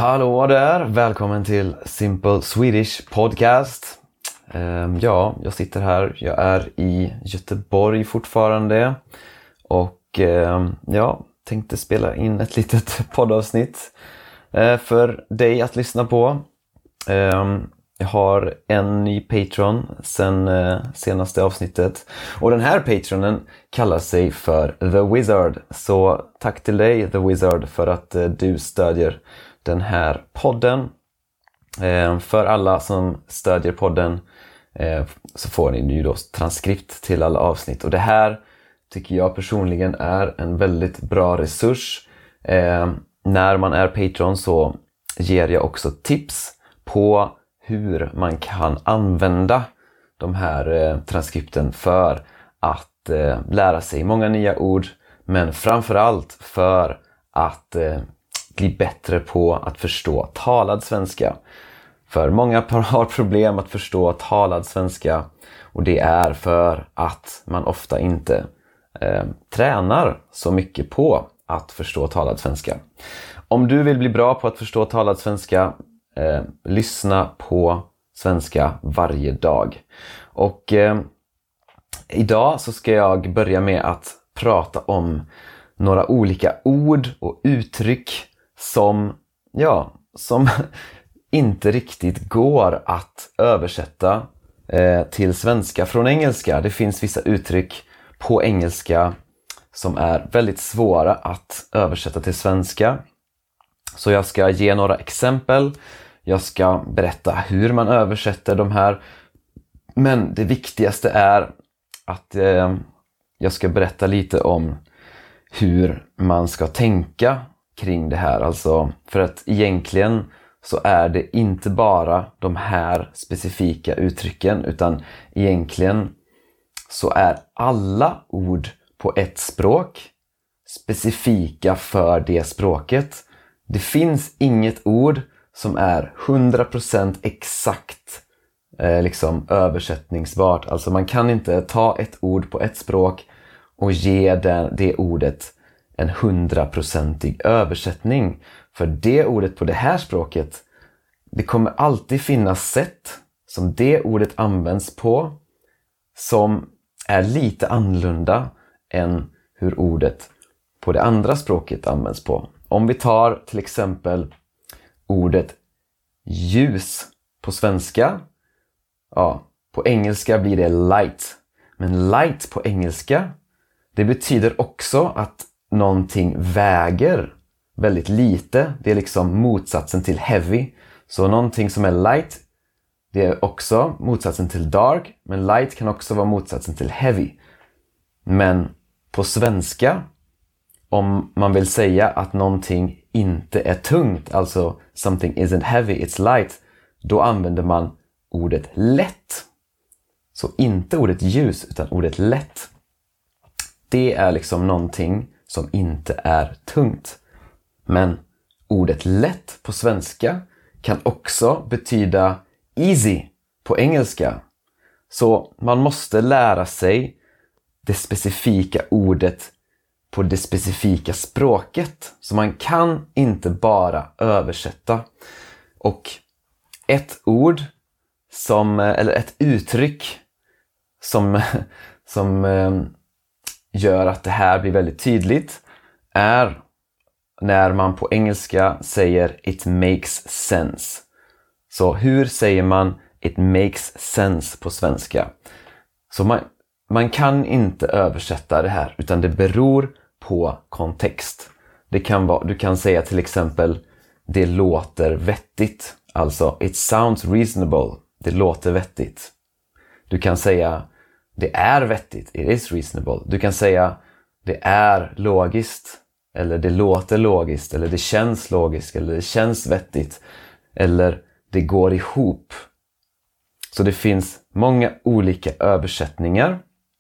Hallå där, välkommen till Simple Swedish Podcast. Jag sitter här, jag är i Göteborg fortfarande och tänkte spela in ett litet poddavsnitt för dig att lyssna på. Jag har en ny Patreon sen senaste avsnittet och den här Patronen kallar sig för The Wizard. Så tack till dig The Wizard för att du stödjer den här podden. För alla som stödjer podden så får ni ju då transkript till alla avsnitt. Och det här tycker jag personligen är en väldigt bra resurs. När man är Patreon så ger jag också tips på hur man kan använda de här transkripten för att lära sig många nya ord. Men framförallt för att bli bättre på att förstå talad svenska. För många har problem att förstå talad svenska. Och det är för att man ofta inte tränar så mycket på att förstå talad svenska. Om du vill bli bra på att förstå talad svenska, lyssna på svenska varje dag. Och idag så ska jag börja med att prata om några olika ord och uttryck som inte riktigt går att översätta till svenska från engelska. Det finns vissa uttryck på engelska som är väldigt svåra att översätta till svenska. Så jag ska ge några exempel. Jag ska berätta hur man översätter de här. Men det viktigaste är att jag ska berätta lite om hur man ska tänka kring det här. Alltså, för att egentligen så är det inte bara de här specifika uttrycken, utan egentligen så är alla ord på ett språk specifika för det språket. Det finns inget ord som är 100% exakt översättningsbart. Alltså man kan inte ta ett ord på ett språk och ge det ordet en 100% översättning. För det ordet på det här språket, det kommer alltid finnas sätt som det ordet används på som är lite annorlunda än hur ordet på det andra språket används på. Om vi tar till exempel ordet ljus på svenska. Ja, på engelska blir det light. Men light på engelska, det betyder också att någonting väger väldigt lite. Det är liksom motsatsen till heavy. Så någonting som är light, det är också motsatsen till dark. Men light kan också vara motsatsen till heavy. Men på svenska, om man vill säga att någonting inte är tungt, alltså something isn't heavy, it's light, då använder man ordet lätt. Så inte ordet ljus utan ordet lätt. Det är liksom någonting som inte är tungt. Men ordet lätt på svenska kan också betyda easy på engelska. Så man måste lära sig det specifika ordet på det specifika språket. Så man kan inte bara översätta. Och ett ord eller ett uttryck som gör att det här blir väldigt tydligt är när man på engelska säger it makes sense. Så hur säger man it makes sense på svenska? Så man kan inte översätta det här, utan det beror på kontext. Du kan säga till exempel det låter vettigt. Alltså it sounds reasonable. Det låter vettigt. Du kan säga det är vettigt. It is reasonable. Du kan säga det är logiskt. Eller det låter logiskt. Eller det känns logiskt. Eller det känns vettigt. Eller det går ihop. Så det finns många olika översättningar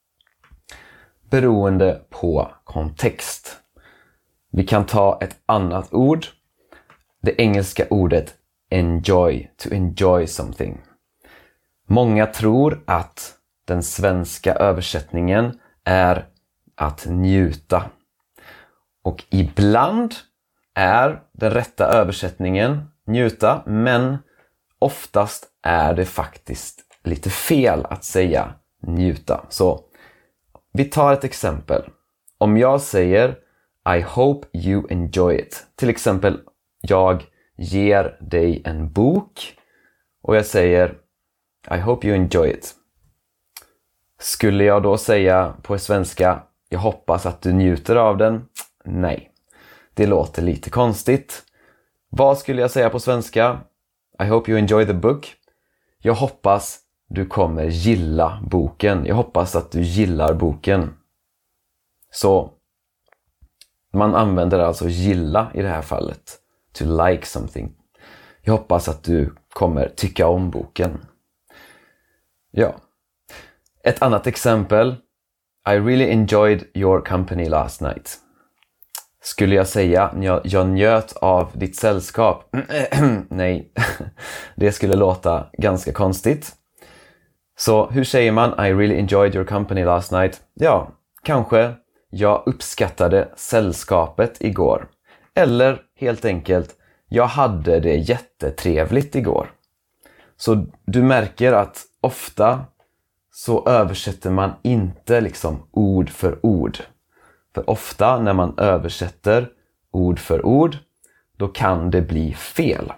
beroende på kontext. Vi kan ta ett annat ord. Det engelska ordet enjoy. To enjoy something. Många tror att den svenska översättningen är att njuta. Och ibland är den rätta översättningen njuta, men oftast är det faktiskt lite fel att säga njuta. Så vi tar ett exempel. Om jag säger I hope you enjoy it. Till exempel, jag ger dig en bok och jag säger I hope you enjoy it. Skulle jag då säga på svenska jag hoppas att du njuter av den? Nej, det låter lite konstigt. Vad skulle jag säga på svenska? I hope you enjoy the book. Jag hoppas du kommer gilla boken. Jag hoppas att du gillar boken. Så man använder alltså gilla i det här fallet. To like something. Jag hoppas att du kommer tycka om boken. Ja. Ett annat exempel. I really enjoyed your company last night. Skulle jag säga jag njöt av ditt sällskap? Nej, det skulle låta ganska konstigt. Så hur säger man I really enjoyed your company last night? Ja, kanske jag uppskattade sällskapet igår. Eller helt enkelt, jag hade det jättetrevligt igår. Så du märker att ofta så översätter man inte liksom ord för ord. För ofta när man översätter ord för ord, då kan det bli fel.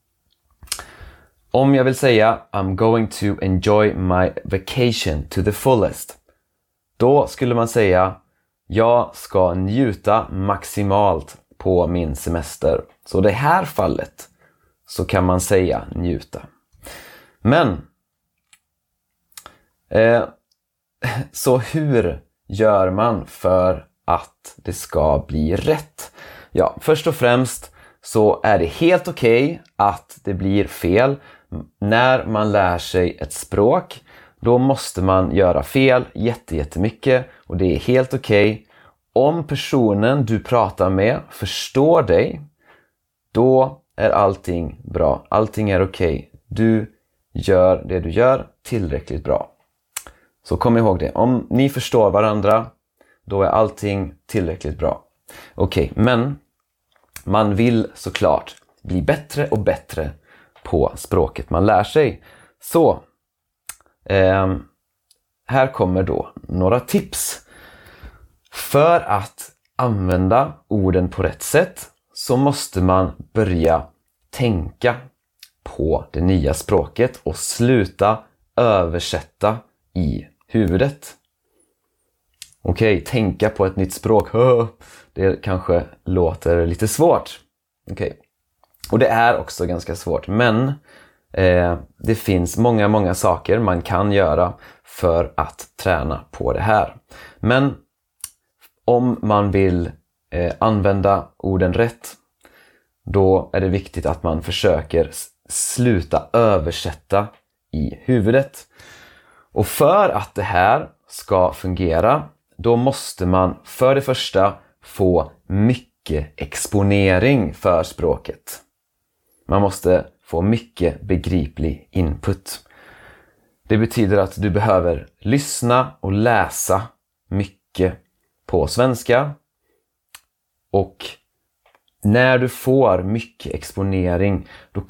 Om jag vill säga I'm going to enjoy my vacation to the fullest. Då skulle man säga jag ska njuta maximalt på min semester. Så i det här fallet så kan man säga njuta. Men så hur gör man för att det ska bli rätt? Ja, först och främst så är det helt okej att det blir fel. När man lär sig ett språk, då måste man göra fel jättemycket och det är helt okej. Om personen du pratar med förstår dig, då är allting bra. Allting är okej. Du gör det du gör tillräckligt bra. Så kom ihåg det. Om ni förstår varandra, då är allting tillräckligt bra. Okej, men man vill såklart bli bättre och bättre på språket man lär sig. Så här kommer då några tips. För att använda orden på rätt sätt så måste man börja tänka på det nya språket och sluta översätta i huvudet. Okej, tänka på ett nytt språk. Det kanske låter lite svårt. Okej. Och det är också ganska svårt. Men det finns många saker man kan göra för att träna på det här. Men om man vill använda orden rätt, då är det viktigt att man försöker sluta översätta i huvudet. Och för att det här ska fungera, då måste man för det första få mycket exponering för språket. Man måste få mycket begriplig input. Det betyder att du behöver lyssna och läsa mycket på svenska. Och när du får mycket exponering, då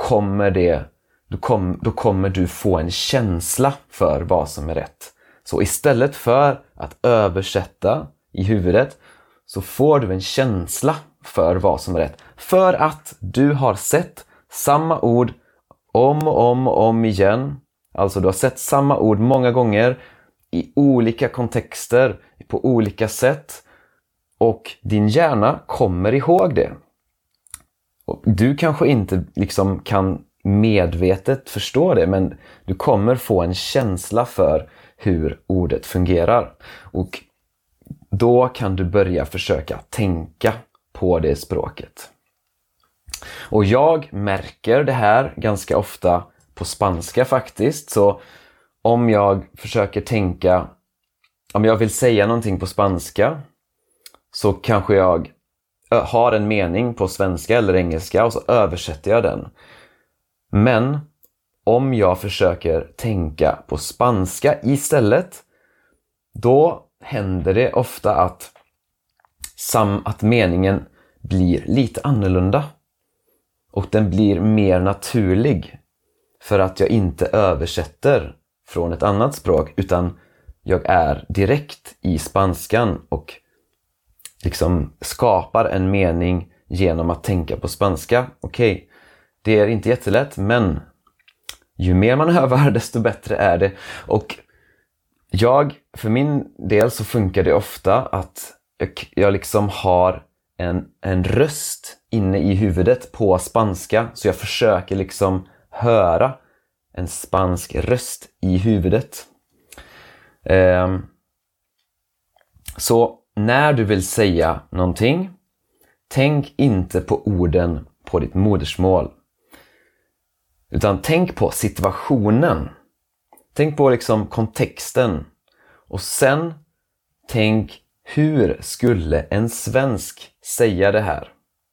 kommer du få en känsla för vad som är rätt. Så istället för att översätta i huvudet så får du en känsla för vad som är rätt. För att du har sett samma ord om och om igen. Alltså du har sett samma ord många gånger i olika kontexter, på olika sätt. Och din hjärna kommer ihåg det. Och du kanske inte liksom kan medvetet förstå det, men du kommer få en känsla för hur ordet fungerar. Och då kan du börja försöka tänka på det språket. Och jag märker det här ganska ofta på spanska faktiskt. Så om jag försöker tänka, om jag vill säga någonting på spanska, så kanske jag har en mening på svenska eller engelska och så översätter jag den. Men om jag försöker tänka på spanska istället, då händer det ofta att meningen blir lite annorlunda. Och den blir mer naturlig för att jag inte översätter från ett annat språk, utan jag är direkt i spanskan och liksom skapar en mening genom att tänka på spanska. Okej, det är inte jättelätt, men ju mer man övar desto bättre är det. Och för min del så funkar det ofta att jag liksom har en röst inne i huvudet på spanska, så jag försöker liksom höra en spansk röst i huvudet. Så när du vill säga någonting, tänk inte på orden på ditt modersmål, utan tänk på situationen. Tänk på liksom kontexten. Och sen tänk, hur skulle en svensk säga det här?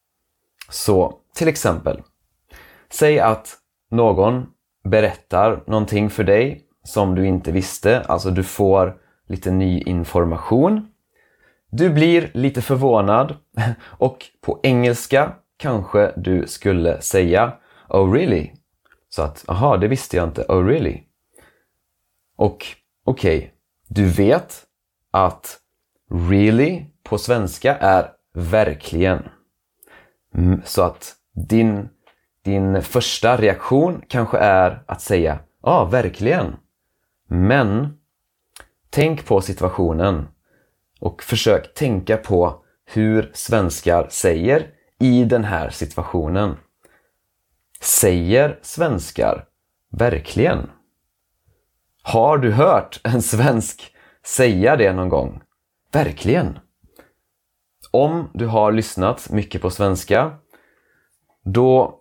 Så till exempel, säg att någon berättar någonting för dig som du inte visste. Alltså du får lite ny information. Du blir lite förvånad och på engelska kanske du skulle säga "Oh really?" Så att, aha, det visste jag inte. "Oh really?" Och okej, du vet att really på svenska är verkligen. Så att din första reaktion kanske är att säga verkligen. Men tänk på situationen och försök tänka på hur svenskar säger i den här situationen. Säger svenskar verkligen? Har du hört en svensk säga det någon gång? Verkligen? Om du har lyssnat mycket på svenska, då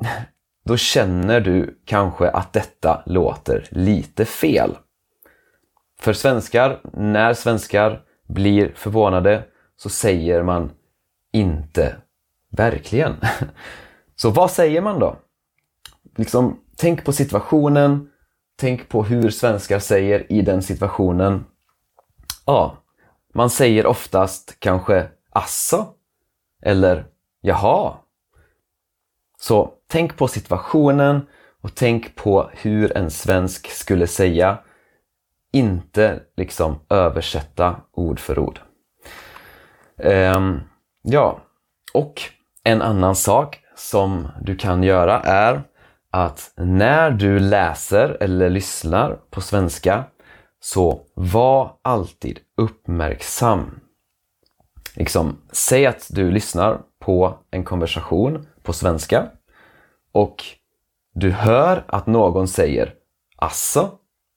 känner du kanske att detta låter lite fel. För svenskar, när svenskar blir förvånade, så säger man inte verkligen. Så vad säger man då? Liksom, tänk på situationen, tänk på hur svenskar säger i den situationen. Man säger oftast kanske asså eller jaha. Så tänk på situationen och tänk på hur en svensk skulle säga. Inte liksom översätta ord för ord. Och en annan sak som du kan göra är att när du läser eller lyssnar på svenska, så var alltid uppmärksam. Liksom, säg att du lyssnar på en konversation på svenska och du hör att någon säger asså.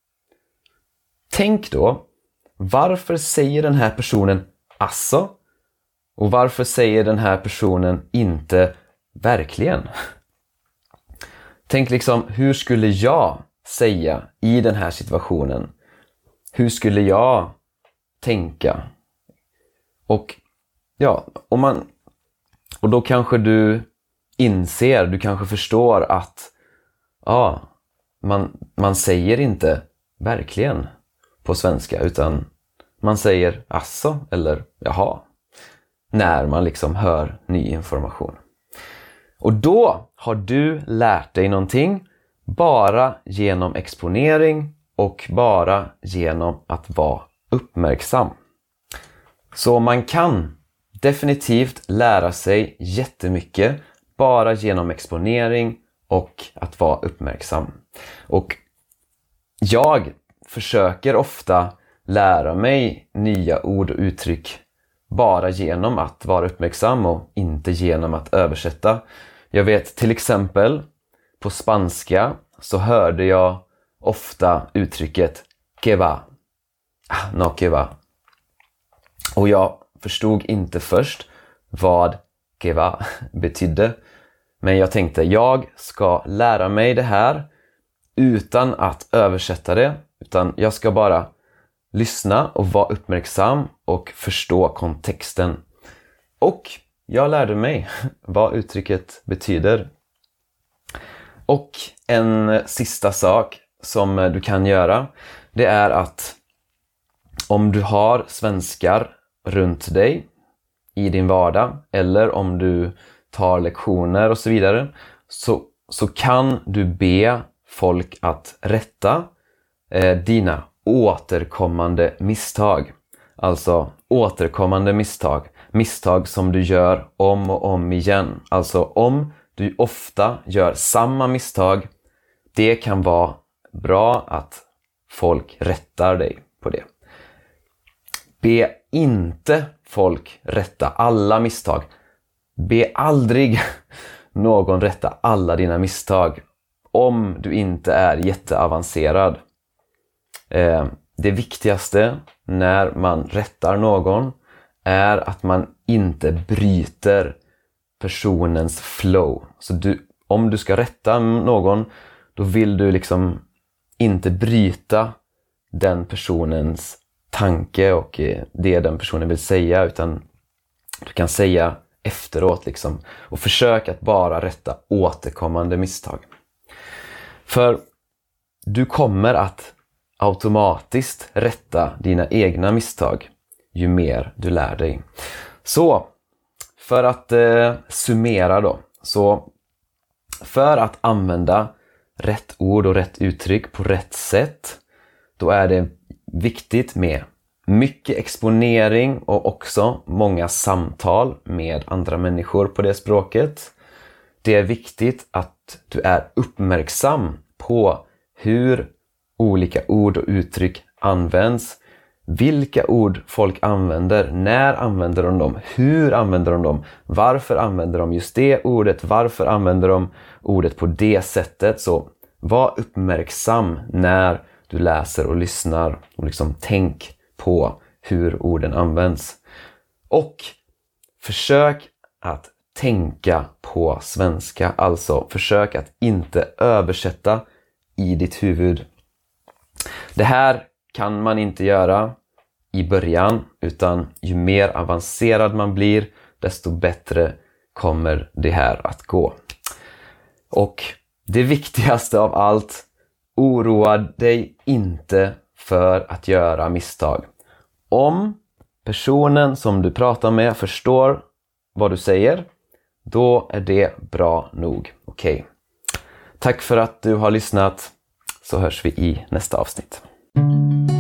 Tänk då, varför säger den här personen asså? Och varför säger den här personen inte verkligen? Tänk liksom, hur skulle jag säga i den här situationen? Hur skulle jag tänka? Och och då kanske du inser, du kanske förstår att man säger inte verkligen på svenska, utan man säger asså eller jaha när man liksom hör ny information. Och då har du lärt dig någonting bara genom exponering och bara genom att vara uppmärksam. Så man kan definitivt lära sig jättemycket bara genom exponering och att vara uppmärksam. Och jag försöker ofta lära mig nya ord och uttryck bara genom att vara uppmärksam och inte genom att översätta. Jag vet till exempel på spanska så hörde jag ofta uttrycket que va. No que va. Och jag förstod inte först vad que va betydde. Men jag tänkte, jag ska lära mig det här utan att översätta det. Utan jag ska bara lyssna och vara uppmärksam och förstå kontexten. Och jag lärde mig vad uttrycket betyder. Och en sista sak som du kan göra, det är att om du har svenskar runt dig i din vardag eller om du tar lektioner och så vidare, så kan du be folk att rätta dina återkommande misstag. Alltså återkommande misstag som du gör om och om igen. Alltså om du ofta gör samma misstag, det kan vara bra att folk rättar dig på det. Be inte folk rätta alla misstag. Be aldrig någon rätta alla dina misstag om du inte är jätteavancerad. Det viktigaste när man rättar någon är att man inte bryter personens flow. Så om du ska rätta någon, då vill du liksom inte bryta den personens tanke och det den personen vill säga, utan du kan säga efteråt liksom. Och försök att bara rätta återkommande misstag. För du kommer att automatiskt rätta dina egna misstag ju mer du lär dig. Så för att summera då. Så för att använda rätt ord och rätt uttryck på rätt sätt, då är det viktigt med mycket exponering och också många samtal med andra människor på det språket. Det är viktigt att du är uppmärksam på hur olika ord och uttryck används. Vilka ord folk använder, när använder de dem, hur använder de dem, varför använder de just det ordet, varför använder de ordet på det sättet. Så var uppmärksam när du läser och lyssnar och liksom tänk på hur orden används. Och försök att tänka på svenska, alltså försök att inte översätta i ditt huvud. Det här kan man inte göra i början, utan ju mer avancerad man blir, desto bättre kommer det här att gå. Och det viktigaste av allt, oroa dig inte för att göra misstag. Om personen som du pratar med förstår vad du säger, då är det bra nog. Okej. Tack för att du har lyssnat, så hörs vi i nästa avsnitt.